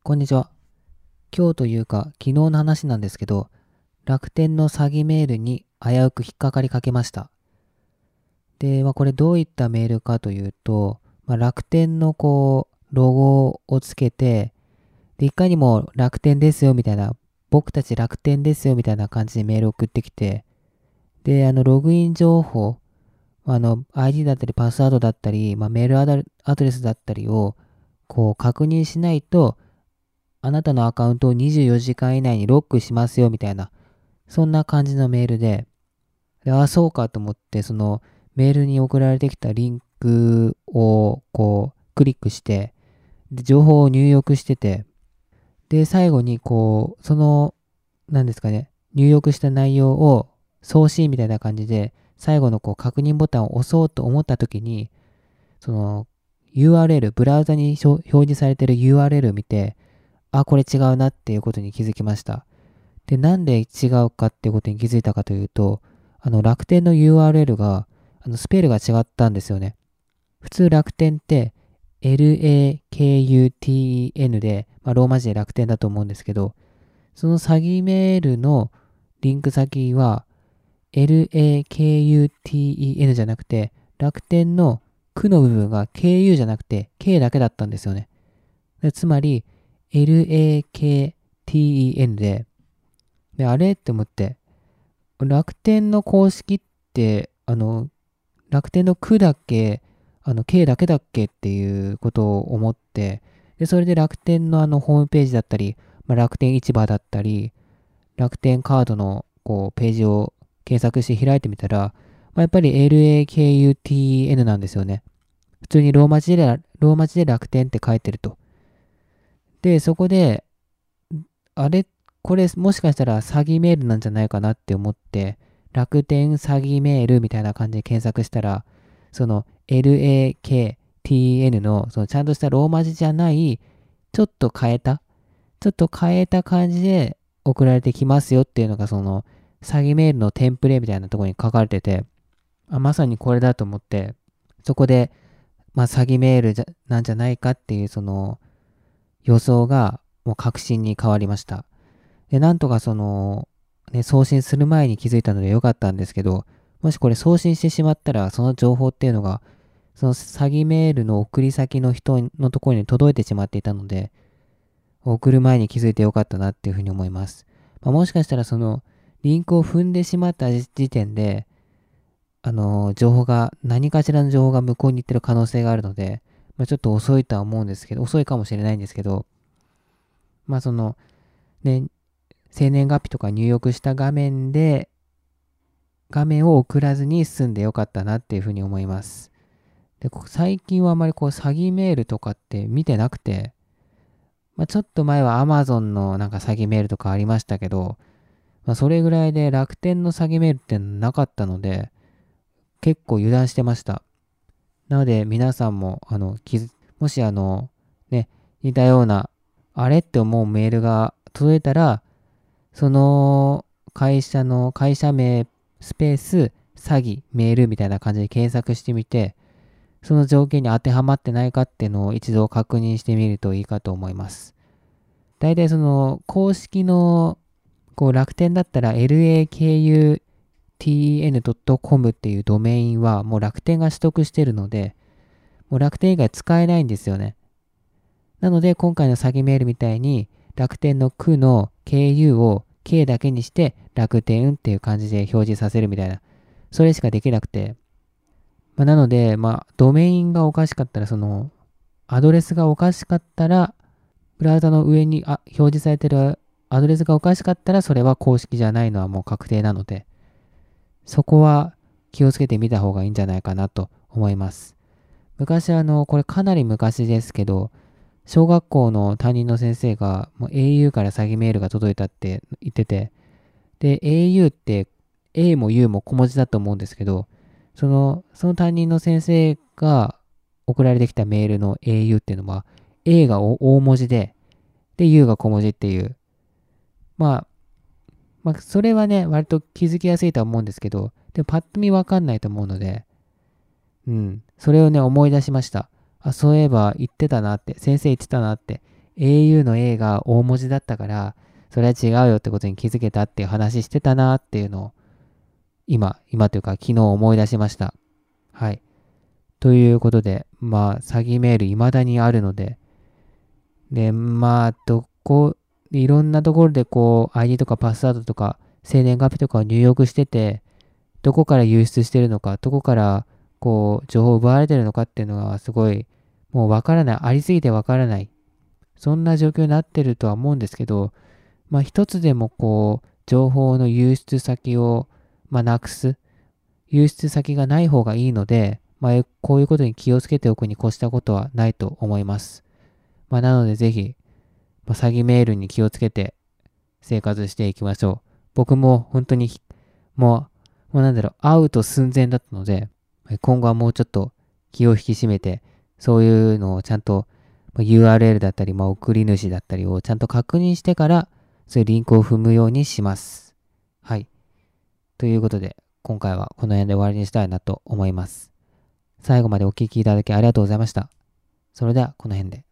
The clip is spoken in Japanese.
こんにちは。今日というか昨日の話なんですけど、楽天の詐欺メールに危うく引っかかりかけました。で、これどういったメールかというと、楽天のロゴをつけて、で、いかにも楽天ですよみたいな、僕たち楽天ですよみたいな感じでメールを送ってきて、で、ログイン情報、ID だったりパスワードだったり、メールアドレスだったりを確認しないと、あなたのアカウントを24時間以内にロックしますよみたいな、そんな感じのメールで、そうかと思って、そのメールに送られてきたリンクをクリックして、で、情報を入力してて、で、最後になんですかね、入力した内容を送信みたいな感じで、最後の確認ボタンを押そうと思った時に、その URL、ブラウザに表示されている URL を見て、これ違うなっていうことに気づきました。で、なんで違うかっていうことに気づいたかというと、楽天の URL が、スペルが違ったんですよね。普通楽天って LAKUTEN で、ローマ字で楽天だと思うんですけど、その詐欺メールのリンク先は LAKUTEN じゃなくて、楽天の区の部分が KU じゃなくて K だけだったんですよね。つまり LAKTEN で、あれって思って、楽天の公式って、楽天の区だっけ、K だけだっけっていうことを思って、で、それで楽天のホームページだったり、楽天市場だったり、楽天カードのページを検索して開いてみたら、やっぱり LAKUTN なんですよね。普通にローマ字で楽天って書いてると。で、そこで、あれ、これもしかしたら詐欺メールなんじゃないかなって思って、楽天詐欺メールみたいな感じで検索したら、その LAKTN のそのちゃんとしたローマ字じゃない、ちょっと変えた、ちょっと変えた感じで送られてきますよっていうのがその詐欺メールのテンプレみたいなところに書かれてて、まさにこれだと思って、そこで、詐欺メールなんじゃないかっていうその予想がもう確信に変わりました。で、なんとか送信する前に気づいたのでよかったんですけど、もしこれ送信してしまったら、その情報っていうのが、その詐欺メールの送り先の人のところに届いてしまっていたので、送る前に気づいてよかったなっていうふうに思います。もしかしたらそのリンクを踏んでしまった時点で、何かしらの情報が向こうに行ってる可能性があるので、ちょっと遅いとは思うんですけど、遅いかもしれないんですけど、その、ね、生年月日とか入力した画面を送らずに済んでよかったなっていうふうに思います。で、最近はあまり詐欺メールとかって見てなくて、ちょっと前は Amazon のなんか詐欺メールとかありましたけど、それぐらいで楽天の詐欺メールってなかったので、結構油断してました。なので皆さんも、もしね、似たような、あれって思うメールが届いたら、その会社名スペース詐欺メールみたいな感じで検索してみて、その条件に当てはまってないかっていうのを一度確認してみるといいかと思います。大体その公式の楽天だったら lakuten.com っていうドメインはもう楽天が取得してるので、もう楽天以外使えないんですよね。なので今回の詐欺メールみたいに楽天の区の KU を K だけにして楽天っていう感じで表示させるみたいな、それしかできなくて、なので、ドメインがおかしかったら、アドレスがおかしかったら、ブラウザの上に表示されてるアドレスがおかしかったら、それは公式じゃないのはもう確定なので、そこは気をつけてみた方がいいんじゃないかなと思います。昔これかなり昔ですけど、小学校の担任の先生が、もう au から詐欺メールが届いたって言ってて、で、au って A も U も小文字だと思うんですけど、その担任の先生が送られてきたメールの au っていうのは、A が大文字で、U が小文字っていう、まそれはね、割と気づきやすいとは思うんですけど、でもパッと見わかんないと思うので、それをね、思い出しました。そういえば言ってたなって、先生言ってたなって、 au の A が大文字だったから、それは違うよってことに気づけたっていう話してたなっていうのを、今というか昨日思い出しました。はい。ということで、詐欺メール未だにあるので、で、いろんなところでID とかパスワードとか、生年月日とかを入力してて、どこから流出してるのか、どこから情報を奪われてるのかっていうのがすごい、もうわからない、ありすぎてわからない。そんな状況になってるとは思うんですけど、一つでも情報の流出先を、なくす、流出先がない方がいいので、こういうことに気をつけておくに越したことはないと思います。なのでぜひ、詐欺メールに気をつけて生活していきましょう。僕も本当にアウト寸前だったので、今後はもうちょっと気を引き締めて、そういうのをちゃんと、URL だったり、送り主だったりをちゃんと確認してから、そういうリンクを踏むようにします。はい。ということで、今回はこの辺で終わりにしたいなと思います。最後までお聞きいただきありがとうございました。それでは、この辺で。